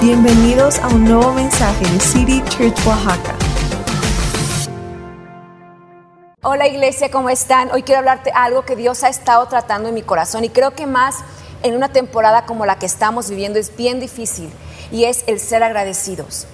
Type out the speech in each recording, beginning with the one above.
Bienvenidos a un nuevo mensaje de City Church Oaxaca. Hola iglesia, ¿cómo están? Hoy quiero hablarte algo que Dios ha estado tratando en mi corazón y creo que más en una temporada como la que estamos viviendo es bien difícil y es el ser agradecidos.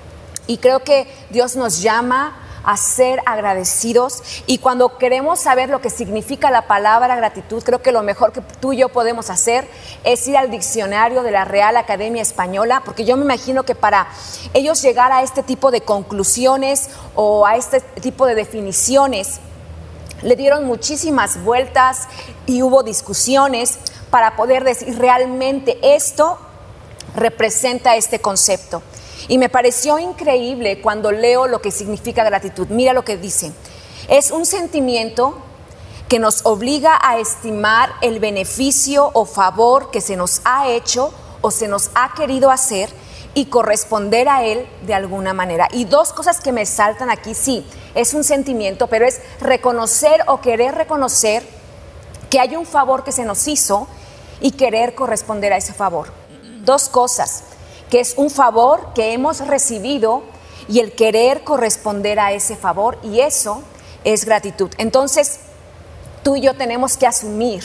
Y creo que Dios nos llama a ser agradecidos y cuando queremos saber lo que significa la palabra gratitud, creo que lo mejor que tú y yo podemos hacer es ir al diccionario de la Real Academia Española, porque yo me imagino que para ellos llegar a este tipo de conclusiones o a este tipo de definiciones, le dieron muchísimas vueltas y hubo discusiones para poder decir realmente esto representa este concepto. Y me pareció increíble cuando leo lo que significa gratitud. Mira lo que dice. Es un sentimiento que nos obliga a estimar el beneficio o favor que se nos ha hecho o se nos ha querido hacer y corresponder a él de alguna manera. Y dos cosas que me saltan aquí, sí, es un sentimiento, pero es reconocer o querer reconocer que hay un favor que se nos hizo y querer corresponder a ese favor. Dos cosas, que es un favor que hemos recibido y el querer corresponder a ese favor, y eso es gratitud. Entonces, tú y yo tenemos que asumir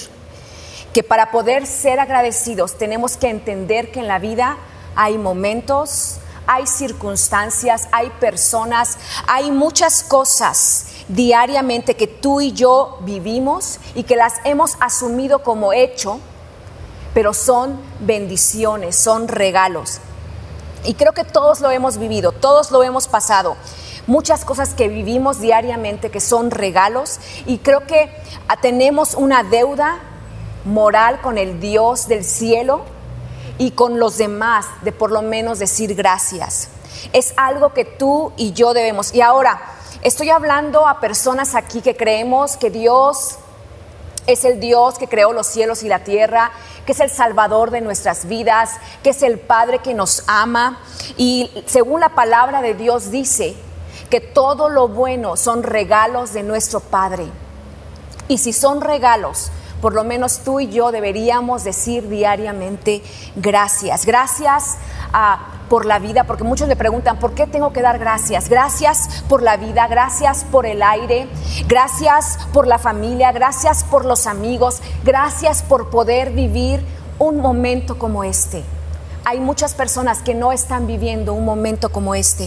que para poder ser agradecidos tenemos que entender que en la vida hay momentos, hay circunstancias, hay personas, hay muchas cosas diariamente que tú y yo vivimos y que las hemos asumido como hecho, pero son bendiciones, son regalos. Y creo que todos lo hemos vivido, todos lo hemos pasado. Muchas cosas que vivimos diariamente que son regalos y creo que tenemos una deuda moral con el Dios del cielo y con los demás de por lo menos decir gracias. Es algo que tú y yo debemos. Y ahora, estoy hablando a personas aquí que creemos que Dios es el Dios que creó los cielos y la tierra, que es el Salvador de nuestras vidas, que es el Padre que nos ama. Y según la palabra de Dios dice que todo lo bueno son regalos de nuestro Padre. Y si son regalos, por lo menos tú y yo deberíamos decir diariamente gracias. Gracias por la vida, porque muchos me preguntan, ¿por qué tengo que dar gracias? Gracias por la vida, gracias por el aire, gracias por la familia, gracias por los amigos, gracias por poder vivir un momento como este. Hay muchas personas que no están viviendo un momento como este.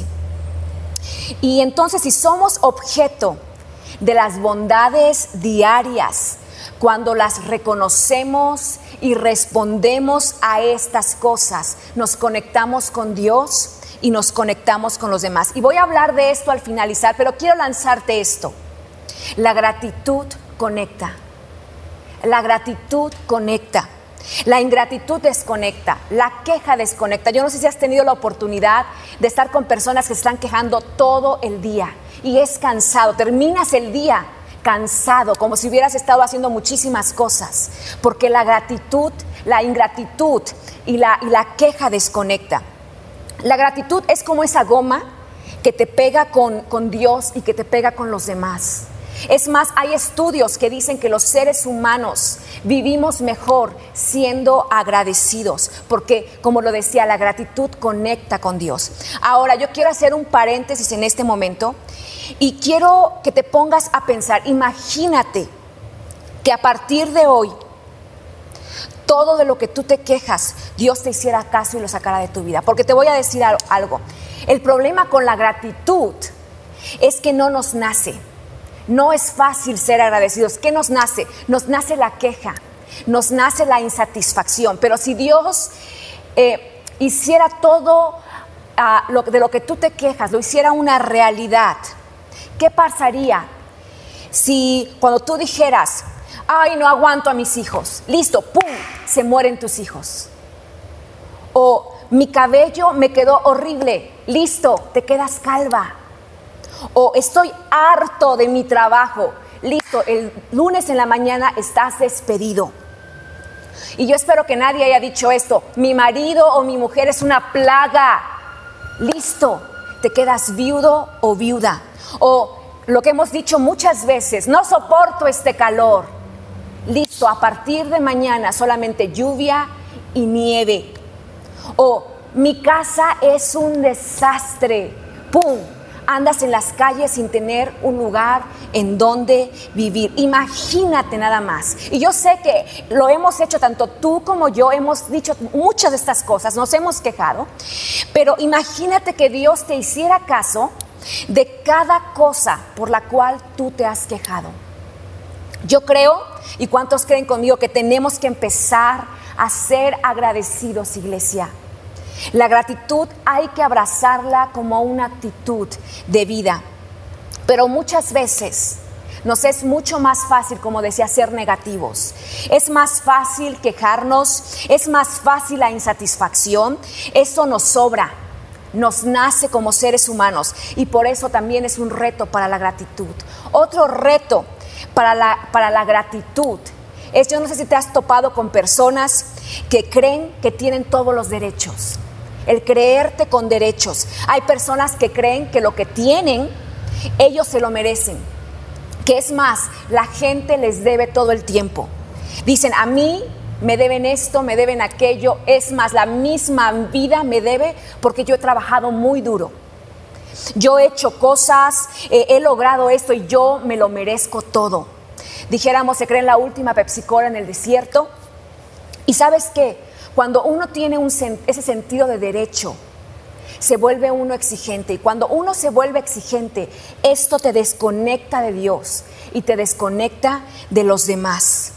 Y entonces, si somos objeto de las bondades diarias, cuando las reconocemos y respondemos a estas cosas, nos conectamos con Dios y nos conectamos con los demás. Y voy a hablar de esto al finalizar, pero quiero lanzarte esto. La gratitud conecta. La gratitud conecta. La ingratitud desconecta, la queja desconecta. Yo no sé si has tenido la oportunidad de estar con personas que se están quejando todo el día y es cansado, terminas el día cansado, como si hubieras estado haciendo muchísimas cosas, porque la gratitud, la ingratitud y la queja desconecta. La gratitud es como esa goma que te pega con Dios y que te pega con los demás. Es más, hay estudios que dicen que los seres humanos vivimos mejor siendo agradecidos, porque, como lo decía, la gratitud conecta con Dios. Ahora, yo quiero hacer un paréntesis en este momento y quiero que te pongas a pensar. Imagínate que a partir de hoy, todo de lo que tú te quejas, Dios te hiciera caso y lo sacara de tu vida. Porque te voy a decir algo. El problema con la gratitud es que no nos nace. No es fácil ser agradecidos. ¿Qué nos nace? Nos nace la queja, nos nace la insatisfacción. Pero si Dios hiciera todo de lo que tú te quejas, lo hiciera una realidad, ¿qué pasaría si cuando tú dijeras, ay, no aguanto a mis hijos, listo, pum, se mueren tus hijos? O mi cabello me quedó horrible, listo, te quedas calva. O estoy harto de mi trabajo, listo, el lunes en la mañana estás despedido. Y yo espero que nadie haya dicho esto, mi marido o mi mujer es una plaga, listo, te quedas viudo o viuda. O lo que hemos dicho muchas veces, no soporto este calor, listo, a partir de mañana solamente lluvia y nieve. O Mi casa es un desastre. ¡Pum! Andas en las calles sin tener un lugar en donde vivir. Imagínate nada más. Y yo sé que lo hemos hecho, tanto tú como yo, hemos dicho muchas de estas cosas, nos hemos quejado, pero imagínate que Dios te hiciera caso de cada cosa por la cual tú te has quejado. Yo creo, y cuántos creen conmigo, que tenemos que empezar a ser agradecidos, iglesia. La gratitud hay que abrazarla como una actitud de vida, pero muchas veces nos es mucho más fácil, como decía, ser negativos. Es más fácil quejarnos, es más fácil la insatisfacción. Eso nos sobra, nos nace como seres humanos, y por eso también es un reto para la gratitud. Otro reto para la gratitud es, yo no sé si te has topado con personas que creen que tienen todos los derechos. El creerte con derechos. Hay personas que creen que lo que tienen, ellos se lo merecen. Que es más, la gente les debe todo el tiempo. Dicen, a mí me deben esto, me deben aquello. Es más, la misma vida me debe porque yo he trabajado muy duro. Yo he hecho cosas, he logrado esto y yo me lo merezco todo. Dijéramos, se creen la última Pepsi Cola en el desierto. ¿Y sabes qué? Cuando uno tiene ese sentido de derecho, se vuelve uno exigente. Y cuando uno se vuelve exigente, esto te desconecta de Dios y te desconecta de los demás.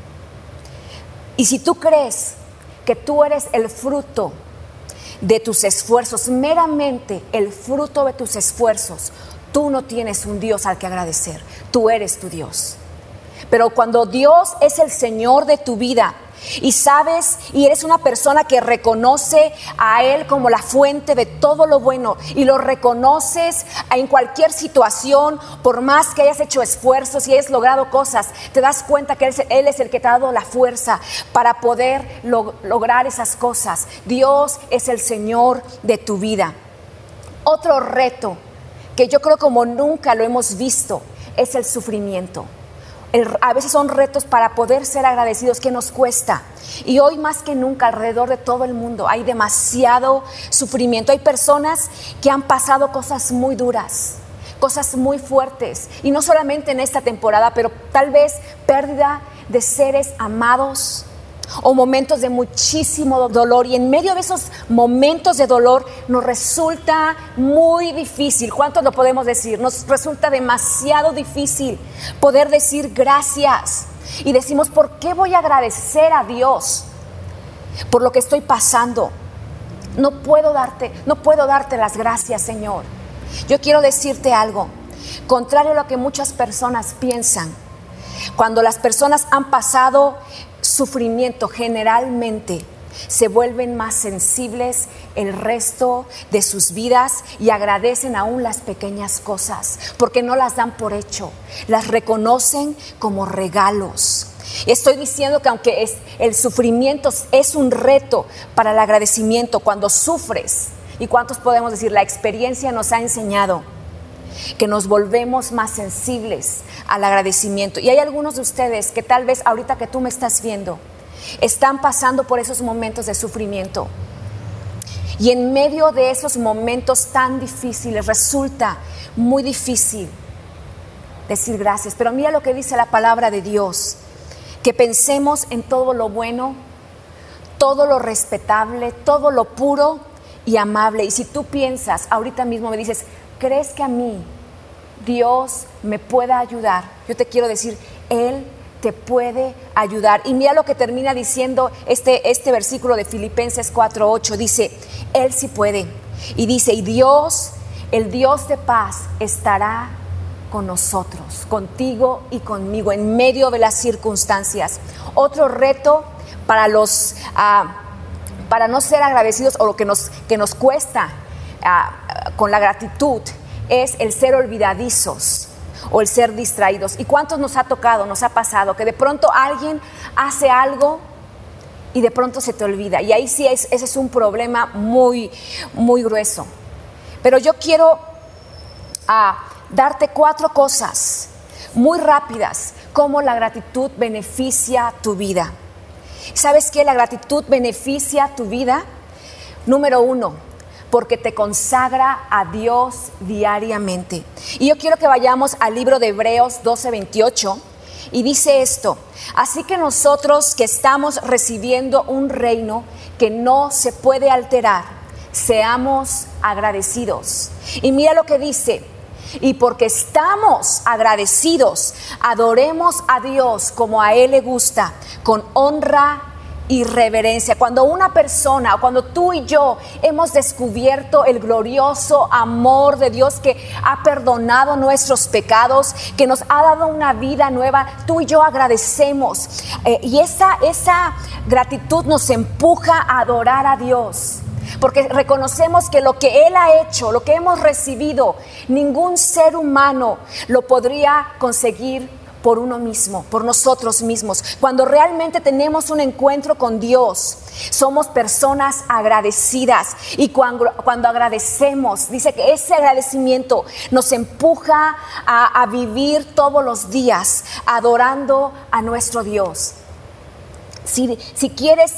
Y si tú crees que tú eres el fruto de tus esfuerzos, meramente el fruto de tus esfuerzos, tú no tienes un Dios al que agradecer. Tú eres tu Dios. Pero cuando Dios es el Señor de tu vida, y sabes, y eres una persona que reconoce a Él como la fuente de todo lo bueno, y lo reconoces en cualquier situación, por más que hayas hecho esfuerzos y hayas logrado cosas, te das cuenta que Él es el que te ha dado la fuerza para poder lograr esas cosas. Dios es el Señor de tu vida. Otro reto que yo creo como nunca lo hemos visto es el sufrimiento. A veces son retos para poder ser agradecidos que nos cuesta, y hoy más que nunca alrededor de todo el mundo hay demasiado sufrimiento. Hay personas que han pasado cosas muy duras, cosas muy fuertes, y no solamente en esta temporada, pero tal vez pérdida de seres amados o momentos de muchísimo dolor, y en medio de esos momentos de dolor nos resulta muy difícil. ¿Cuántos lo podemos decir? Nos resulta demasiado difícil poder decir gracias, y decimos, ¿por qué voy a agradecer a Dios por lo que estoy pasando? No puedo darte las gracias, Señor. Yo quiero decirte algo, contrario a lo que muchas personas piensan. Cuando las personas han pasado sufrimiento, generalmente se vuelven más sensibles el resto de sus vidas y agradecen aún las pequeñas cosas, porque no las dan por hecho, las reconocen como regalos. Estoy diciendo que aunque el sufrimiento es un reto para el agradecimiento, cuando sufres, y cuántos podemos decir, la experiencia nos ha enseñado que nos volvemos más sensibles al agradecimiento. Y hay algunos de ustedes que tal vez ahorita que tú me estás viendo, están pasando por esos momentos de sufrimiento. Y en medio de esos momentos tan difíciles resulta muy difícil decir gracias. Pero mira lo que dice la palabra de Dios, que pensemos en todo lo bueno, todo lo respetable, todo lo puro y amable. Y si tú piensas, ahorita mismo me dices, ¿crees que a mí Dios me pueda ayudar? Yo te quiero decir, Él te puede ayudar. Y mira lo que termina diciendo este versículo de Filipenses 4:8. Dice, Él sí puede. Y dice, y Dios, el Dios de paz, estará con nosotros, contigo y conmigo, en medio de las circunstancias. Otro reto para no ser agradecidos, o lo que nos cuesta con la gratitud, es el ser olvidadizos o el ser distraídos. ¿Y cuántos nos ha tocado, nos ha pasado que de pronto alguien hace algo y de pronto se te olvida? Y ahí sí ese es un problema muy, muy grueso. Pero yo quiero darte 4 cosas muy rápidas, cómo la gratitud beneficia tu vida. ¿Sabes qué? La gratitud beneficia tu vida Número 1, porque te consagra a Dios diariamente. Y yo quiero que vayamos al libro de Hebreos 12:28 y dice esto: así que nosotros que estamos recibiendo un reino que no se puede alterar, seamos agradecidos. Y mira lo que dice: y porque estamos agradecidos, adoremos a Dios como a Él le gusta, con honra y reverencia. Cuando una persona, o cuando tú y yo hemos descubierto el glorioso amor de Dios que ha perdonado nuestros pecados, que nos ha dado una vida nueva, tú y yo agradecemos. Y esa gratitud nos empuja a adorar a Dios. Porque reconocemos que lo que Él ha hecho, lo que hemos recibido, ningún ser humano lo podría conseguir por uno mismo, por nosotros mismos. Cuando realmente tenemos un encuentro con Dios, somos personas agradecidas. Y cuando agradecemos, dice que ese agradecimiento nos empuja a vivir todos los días adorando a nuestro Dios. Si quieres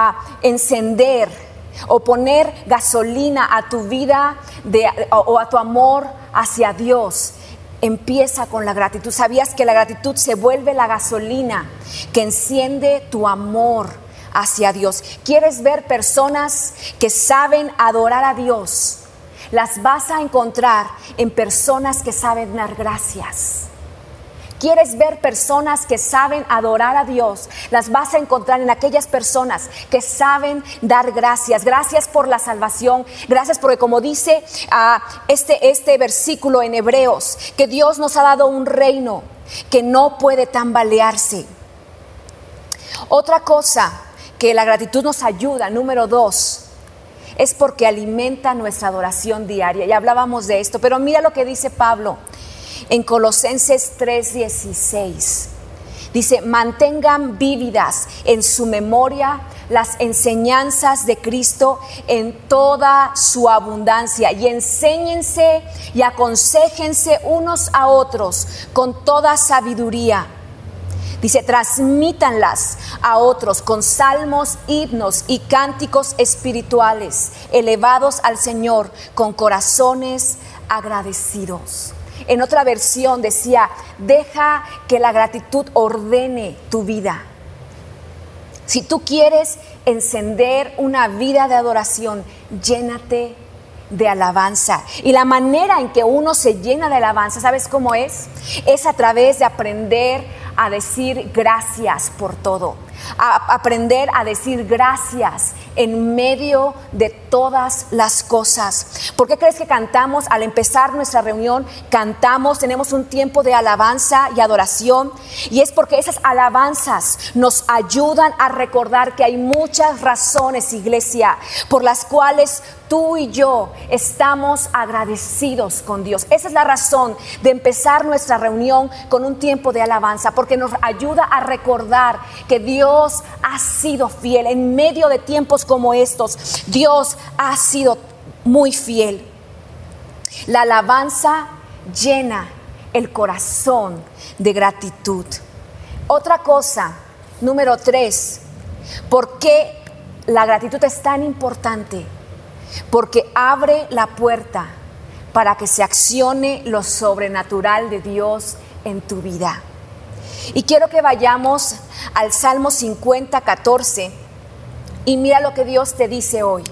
encender o poner gasolina a tu vida o a tu amor hacia Dios, empieza con la gratitud. ¿Sabías que la gratitud se vuelve la gasolina que enciende tu amor hacia Dios? ¿Quieres ver personas que saben adorar a Dios? Las vas a encontrar en personas que saben dar gracias. ¿Quieres ver personas que saben adorar a Dios? Las vas a encontrar en aquellas personas que saben dar gracias. Gracias por la salvación. Gracias porque, como dice este versículo en Hebreos, que Dios nos ha dado un reino que no puede tambalearse. Otra cosa que la gratitud nos ayuda, número 2, es porque alimenta nuestra adoración diaria. Ya hablábamos de esto, pero mira lo que dice Pablo en Colosenses 3:16. Dice: mantengan vívidas en su memoria las enseñanzas de Cristo en toda su abundancia, y enséñense y aconséjense unos a otros con toda sabiduría. Dice: transmítanlas a otros con salmos, himnos y cánticos espirituales elevados al Señor con corazones agradecidos. En otra versión decía: deja que la gratitud ordene tu vida. Si tú quieres encender una vida de adoración, llénate de alabanza. Y la manera en que uno se llena de alabanza, ¿sabes cómo es? Es a través de aprender a decir gracias por todo. A aprender a decir gracias en medio de todas las cosas. ¿Por qué crees que cantamos al empezar nuestra reunión? Cantamos, tenemos un tiempo de alabanza y adoración, y es porque esas alabanzas nos ayudan a recordar que hay muchas razones, iglesia, por las cuales tú y yo estamos agradecidos con Dios. Esa es la razón de empezar nuestra reunión con un tiempo de alabanza, porque nos ayuda a recordar que Dios ha sido fiel en medio de tiempos como estos. Dios ha sido muy fiel. La alabanza llena el corazón de gratitud. Otra cosa, número 3, ¿por qué la gratitud es tan importante? Porque abre la puerta para que se accione lo sobrenatural de Dios en tu vida. Y quiero que vayamos al Salmo 50:14 y mira lo que Dios te dice hoy.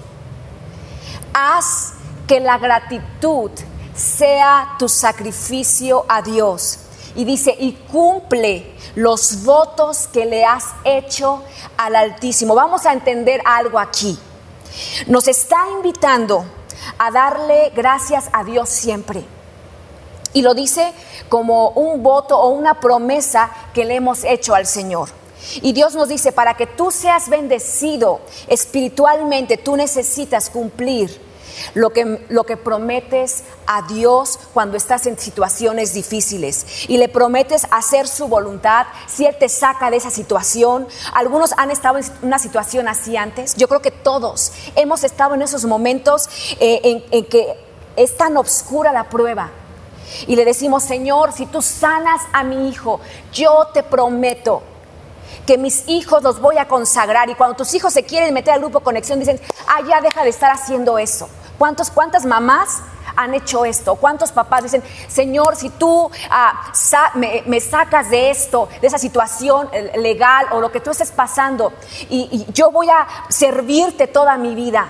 Haz que la gratitud sea tu sacrificio a Dios. Y dice: y cumple los votos que le has hecho al Altísimo. Vamos a entender algo aquí. Nos está invitando a darle gracias a Dios siempre. Y lo dice como un voto o una promesa que le hemos hecho al Señor. Y Dios nos dice: para que tú seas bendecido espiritualmente, tú necesitas cumplir lo que prometes a Dios cuando estás en situaciones difíciles. Y le prometes hacer su voluntad. Si Él te saca de esa situación, algunos han estado en una situación así antes. Yo creo que todos hemos estado en esos momentos en que es tan oscura la prueba. Y le decimos: Señor, si tú sanas a mi hijo, yo te prometo que mis hijos los voy a consagrar. Y cuando tus hijos se quieren meter al grupo Conexión, dicen, ya deja de estar haciendo eso. ¿Cuántas mamás han hecho esto? ¿Cuántos papás dicen, Señor, si tú me sacas de esto, de esa situación legal o lo que tú estés pasando, y yo voy a servirte toda mi vida?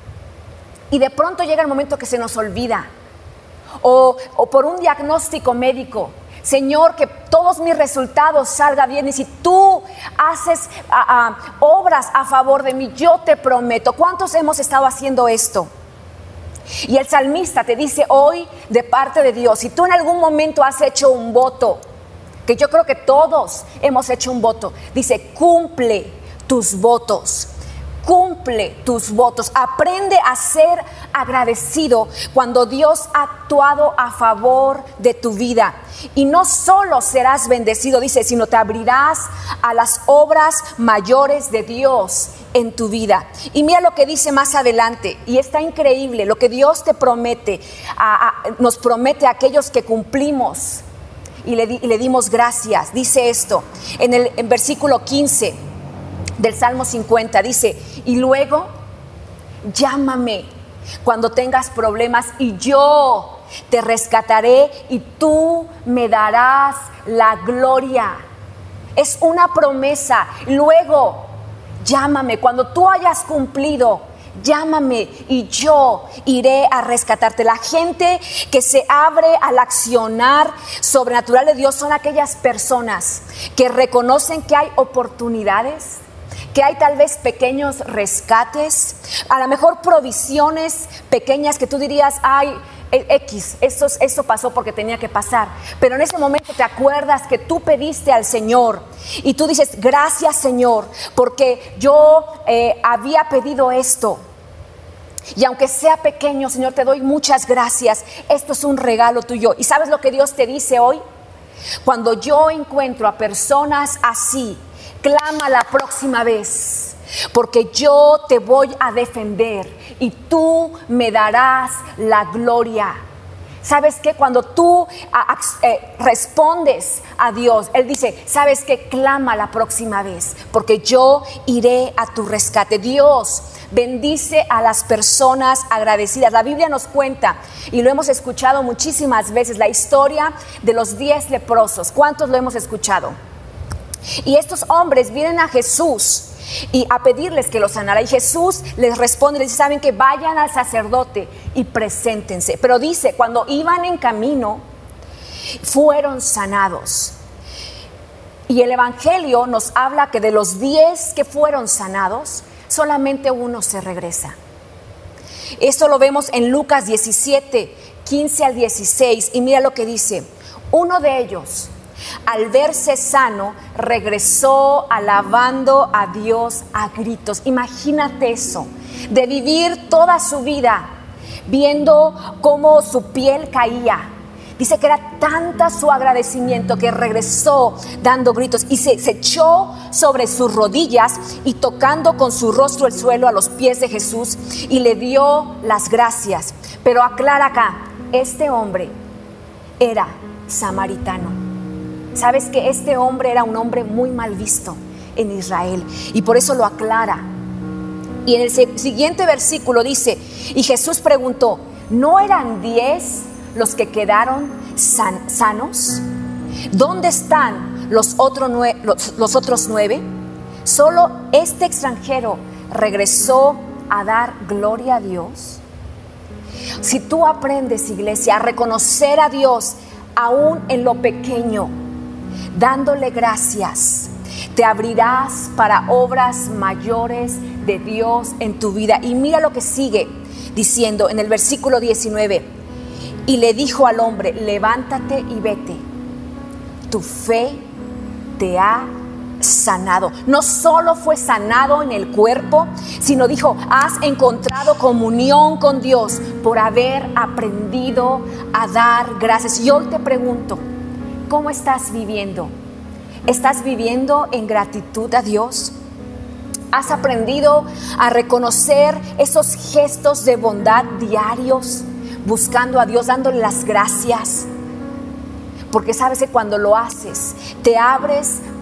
Y de pronto llega el momento que se nos olvida. O por un diagnóstico médico, Señor, que todos mis resultados salgan bien, y si tú haces obras a favor de mí, yo te prometo. ¿Cuántos hemos estado haciendo esto? Y el salmista te dice hoy de parte de Dios, si tú en algún momento has hecho un voto, que yo creo que todos hemos hecho un voto, dice, cumple tus votos. Cumple tus votos, aprende a ser agradecido cuando Dios ha actuado a favor de tu vida. Y no solo serás bendecido, dice, sino te abrirás a las obras mayores de Dios en tu vida. Y mira lo que dice más adelante, y está increíble, lo que Dios te promete, nos promete a aquellos que cumplimos y le dimos gracias. Dice esto, en versículo 15 del Salmo 50, dice, y luego llámame cuando tengas problemas y yo te rescataré y tú me darás la gloria. Es una promesa. Luego llámame cuando tú hayas cumplido. Llámame y yo iré a rescatarte. La gente que se abre al accionar sobrenatural de Dios son aquellas personas que reconocen que hay oportunidades, que hay tal vez pequeños rescates, a lo mejor provisiones pequeñas que tú dirías, eso pasó porque tenía que pasar. Pero en ese momento te acuerdas que tú pediste al Señor y tú dices, gracias Señor, porque yo había pedido esto. Y aunque sea pequeño, Señor, te doy muchas gracias. Esto es un regalo tuyo. ¿Y sabes lo que Dios te dice hoy? Cuando yo encuentro a personas así, clama la próxima vez, porque yo te voy a defender y tú me darás la gloria. ¿Sabes qué? Cuando tú respondes a Dios, Él dice, ¿sabes qué? Clama la próxima vez, porque yo iré a tu rescate. Dios bendice a las personas agradecidas. La Biblia nos cuenta, y lo hemos escuchado muchísimas veces, la historia de los 10 leprosos. ¿Cuántos lo hemos escuchado? Y estos hombres vienen a Jesús y a pedirles que los sanara, y Jesús les responde, les dice, saben que vayan al sacerdote y preséntense. Pero dice, cuando iban en camino fueron sanados. Y el evangelio nos habla que de los 10 que fueron sanados, solamente uno se regresa. Esto lo vemos en Lucas 17, 15 al 16, y mira lo que dice. Uno de ellos, al verse sano, regresó alabando a Dios a gritos. Imagínate eso, de vivir toda su vida viendo cómo su piel caía. Dice que era tanta su agradecimiento que regresó dando gritos y se echó sobre sus rodillas y tocando con su rostro el suelo a los pies de Jesús y le dio las gracias. Pero aclara acá, este hombre era samaritano. Sabes que este hombre era un hombre muy mal visto en Israel y por eso lo aclara. Y en el siguiente versículo dice, y Jesús preguntó, ¿no eran 10 los que quedaron sanos? ¿Dónde están los otros 9? Solo este extranjero regresó a dar gloria a Dios. Si tú aprendes, iglesia, a reconocer a Dios aún en lo pequeño, dándole gracias, te abrirás para obras mayores de Dios en tu vida. Y mira lo que sigue diciendo en el versículo 19. Y le dijo al hombre, levántate y vete, tu fe te ha sanado. No solo fue sanado en el cuerpo, sino dijo, has encontrado comunión con Dios por haber aprendido a dar gracias. Y hoy te pregunto, ¿cómo estás viviendo? ¿Estás viviendo en gratitud a Dios? ¿Has aprendido a reconocer esos gestos de bondad diarios, buscando a Dios, dándole las gracias? Porque sabes que cuando lo haces, te abres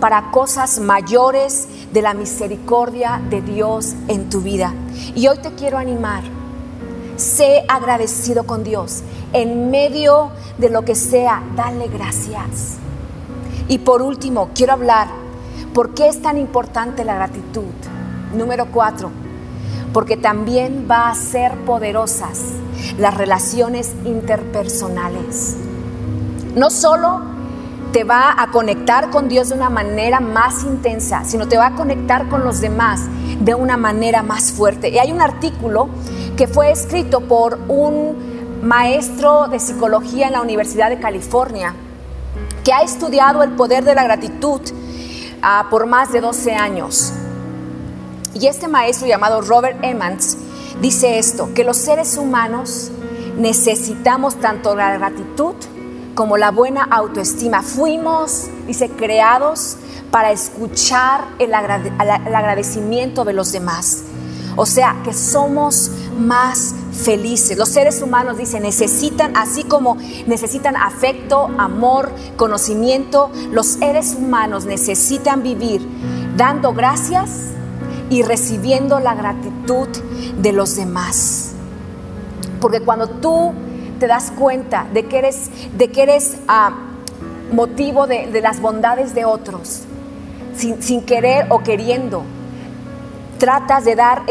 para cosas mayores de la misericordia de Dios en tu vida. Y hoy te quiero animar. Sé agradecido con Dios. En medio de lo que sea, dale gracias. Y por último, quiero hablar, ¿por qué es tan importante la gratitud? Número 4, porque también va a ser poderosas las relaciones interpersonales. No solo te va a conectar con Dios de una manera más intensa, sino te va a conectar con los demás de una manera más fuerte. Y hay un artículo que fue escrito por un maestro de psicología en la Universidad de California, que ha estudiado el poder de la gratitud por más de 12 años. Y este maestro llamado Robert Emmons dice esto, que los seres humanos necesitamos tanto la gratitud como la buena autoestima. Fuimos, dice, creados para escuchar el agradecimiento de los demás. O sea, que somos más felices. Los seres humanos, dice, necesitan, así como necesitan afecto, amor, conocimiento, los seres humanos necesitan vivir dando gracias y recibiendo la gratitud de los demás. Porque cuando tú te das cuenta de que eres motivo de las bondades de otros, sin querer o queriendo, tratas de dar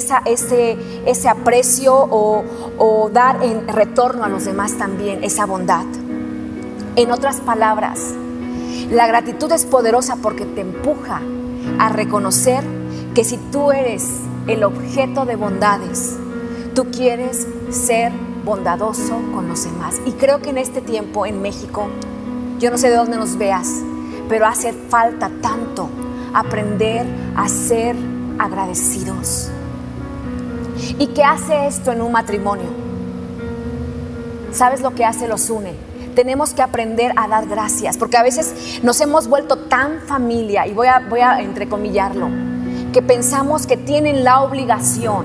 ese aprecio o dar en retorno a los demás también esa bondad. En otras palabras, la gratitud es poderosa porque te empuja a reconocer que si tú eres el objeto de bondades, tú quieres ser bondadoso con los demás. Y creo que en este tiempo en México, yo no sé de dónde nos veas, pero hace falta tanto aprender a ser agradecidos. ¿Y qué hace esto en un matrimonio? ¿Sabes lo que hace? Los une. Tenemos que aprender a dar gracias, porque a veces nos hemos vuelto tan familia, y voy a entrecomillarlo, que pensamos que tienen la obligación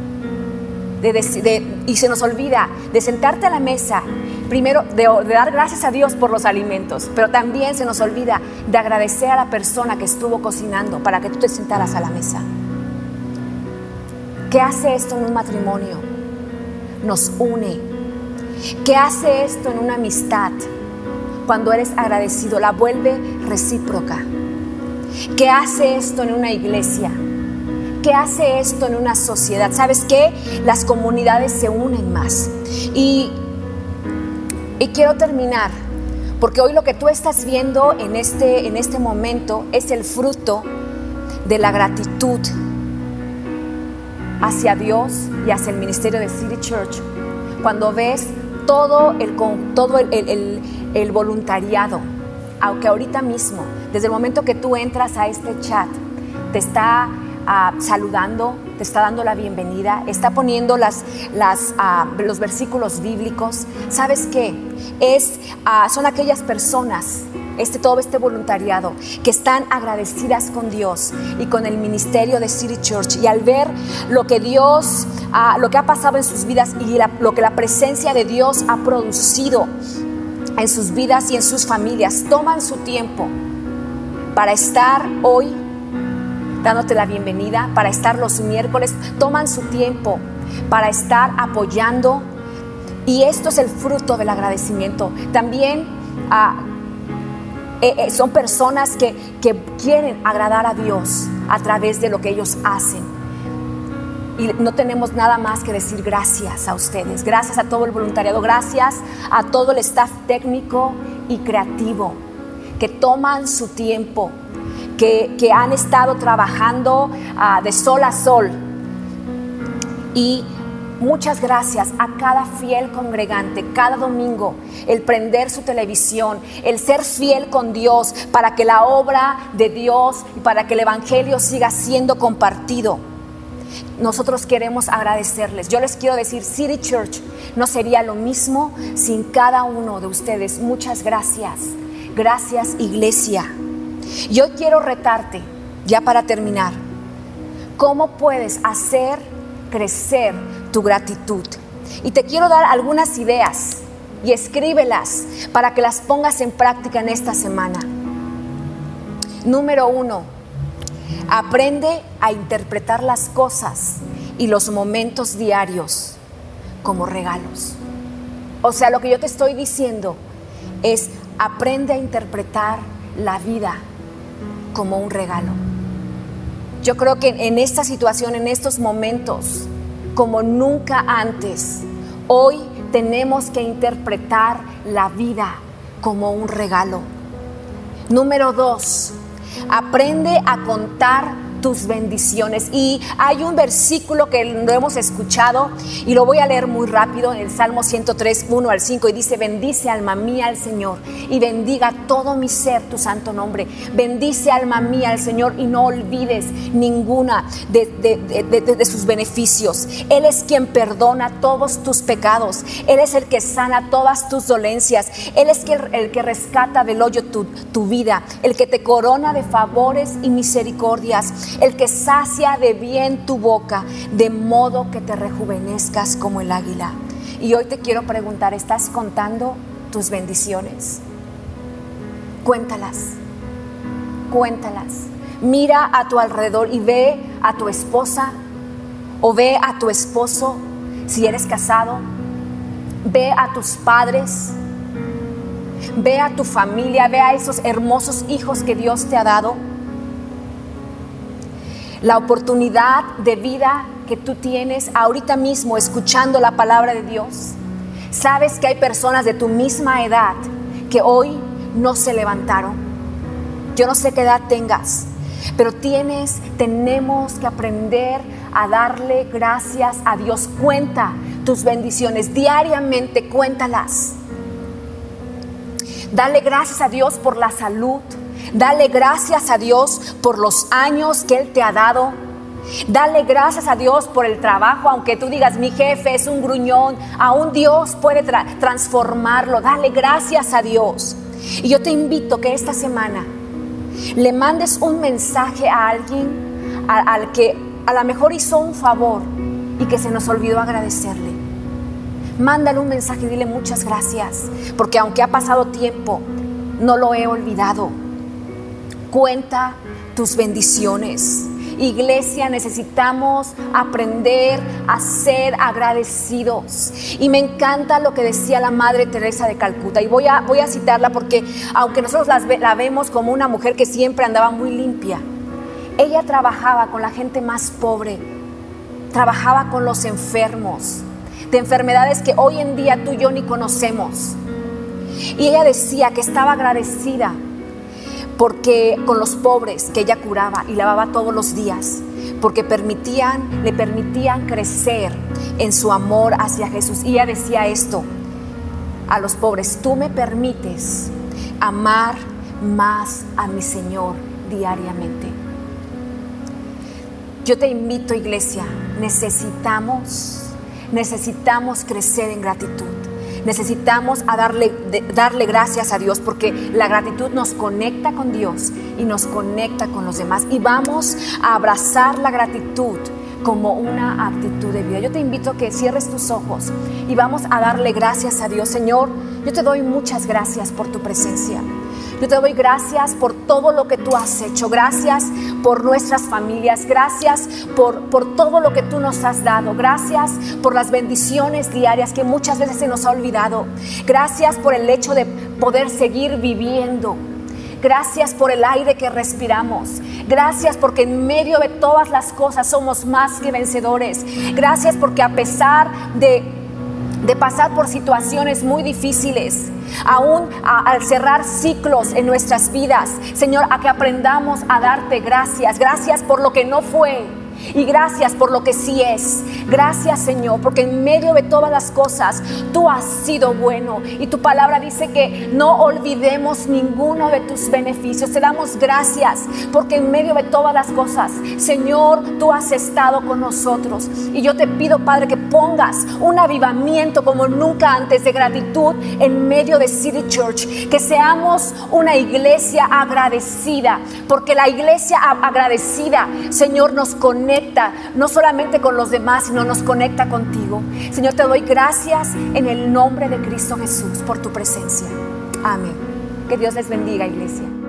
y se nos olvida de sentarte a la mesa, primero de dar gracias a Dios por los alimentos, pero también se nos olvida de agradecer a la persona que estuvo cocinando para que tú te sentaras a la mesa. ¿Qué hace esto en un matrimonio? Nos une. ¿Qué hace esto en una amistad? Cuando eres agradecido, la vuelve recíproca. ¿Qué hace esto en una iglesia? ¿Qué hace esto en una sociedad? ¿Sabes qué? Las comunidades se unen más. Y quiero terminar, porque hoy lo que tú estás viendo en este momento es el fruto de la gratitud hacia Dios y hacia el ministerio de City Church. Cuando ves todo el voluntariado, aunque ahorita mismo, desde el momento que tú entras a este chat, te está saludando, te está dando la bienvenida, está poniendo los versículos bíblicos. ¿Sabes qué? Son aquellas personas, todo este voluntariado, que están agradecidas con Dios y con el ministerio de City Church, y al ver lo que Dios, lo que ha pasado en sus vidas y lo que la presencia de Dios ha producido en sus vidas y en sus familias, toman su tiempo para estar hoy dándote la bienvenida, para estar los miércoles, toman su tiempo para estar apoyando, y esto es el fruto del agradecimiento. También son personas que quieren agradar a Dios a través de lo que ellos hacen, y no tenemos nada más que decir gracias a ustedes, gracias a todo el voluntariado, gracias a todo el staff técnico y creativo que toman su tiempo, que han estado trabajando de sol a sol. Y muchas gracias a cada fiel congregante, cada domingo, el prender su televisión, el ser fiel con Dios para que la obra de Dios y para que el evangelio siga siendo compartido. Nosotros queremos agradecerles. Yo les quiero decir, City Church no sería lo mismo sin cada uno de ustedes. Muchas gracias. Gracias, iglesia. Yo quiero retarte, ya para terminar, ¿cómo puedes hacer crecer tu gratitud? Y te quiero dar algunas ideas, y escríbelas para que las pongas en práctica en esta semana. Número 1, aprende a interpretar las cosas y los momentos diarios como regalos. O sea, lo que yo te estoy diciendo es: aprende a interpretar la vida como un regalo. Yo creo que en esta situación, en estos momentos, como nunca antes, hoy tenemos que interpretar la vida como un regalo. Número 2, aprende a contar tus bendiciones. Y hay un versículo que lo hemos escuchado y lo voy a leer muy rápido, en el Salmo 103, 1 al 5, y dice: bendice alma mía al Señor y bendiga todo mi ser tu santo nombre. Bendice alma mía al Señor y no olvides ninguna de sus beneficios. Él es quien perdona todos tus pecados. Él es el que sana todas tus dolencias. Él es el que rescata del hoyo tu vida, el que te corona de favores y misericordias, el que sacia de bien tu boca, de modo que te rejuvenezcas como el águila. Y hoy te quiero preguntar: ¿estás contando tus bendiciones? Cuéntalas, cuéntalas. Mira a tu alrededor y ve a tu esposa o ve a tu esposo, si eres casado. Ve a tus padres, ve a tu familia, ve a esos hermosos hijos que Dios te ha dado. La oportunidad de vida que tú tienes ahorita mismo escuchando la palabra de Dios. Sabes que hay personas de tu misma edad que hoy no se levantaron. Yo no sé qué edad tengas, pero tenemos que aprender a darle gracias a Dios. Cuenta tus bendiciones diariamente, cuéntalas. Dale gracias a Dios por la salud. Dale gracias a Dios por los años que Él te ha dado. Dale gracias a Dios por el trabajo, aunque tú digas: mi jefe es un gruñón, aún Dios puede transformarlo. Dale gracias a Dios. Y yo te invito que esta semana le mandes un mensaje a alguien al que a lo mejor hizo un favor y que se nos olvidó agradecerle. Mándale un mensaje y dile: muchas gracias, porque aunque ha pasado tiempo, no lo he olvidado. Cuenta tus bendiciones. Iglesia, necesitamos aprender a ser agradecidos. Y me encanta lo que decía la Madre Teresa de Calcuta. Y voy a citarla porque aunque nosotros la vemos como una mujer que siempre andaba muy limpia, ella trabajaba con la gente más pobre, trabajaba con los enfermos, de enfermedades que hoy en día tú y yo ni conocemos. Y ella decía que estaba agradecida porque con los pobres que ella curaba y lavaba todos los días, porque le permitían crecer en su amor hacia Jesús. Y ella decía esto a los pobres: tú me permites amar más a mi Señor diariamente. Yo te invito, iglesia, necesitamos crecer en gratitud. Necesitamos darle gracias a Dios, porque la gratitud nos conecta con Dios y nos conecta con los demás. Y vamos a abrazar la gratitud como una actitud de vida. Yo te invito a que cierres tus ojos y vamos a darle gracias a Dios. Señor, yo te doy muchas gracias por tu presencia. Yo te doy gracias por todo lo que tú has hecho. Gracias por nuestras familias. Gracias por todo lo que tú nos has dado. Gracias por las bendiciones diarias que muchas veces se nos ha olvidado. Gracias por el hecho de poder seguir viviendo. Gracias por el aire que respiramos. Gracias porque en medio de todas las cosas somos más que vencedores. Gracias porque a pesar de pasar por situaciones muy difíciles, aún al cerrar ciclos en nuestras vidas, Señor, a que aprendamos a darte gracias. Gracias por lo que no fue y gracias por lo que sí es. Gracias, Señor, porque en medio de todas las cosas tú has sido bueno y tu palabra dice que no olvidemos ninguno de tus beneficios. Te damos gracias porque en medio de todas las cosas, Señor, tú has estado con nosotros. Y yo te pido, Padre, que pongas un avivamiento como nunca antes de gratitud en medio de City Church, que seamos una iglesia agradecida, porque la iglesia agradecida, Señor, nos conecta no solamente con los demás, sino nos conecta contigo. Señor, te doy gracias en el nombre de Cristo Jesús por tu presencia. Amén. Que Dios les bendiga, iglesia.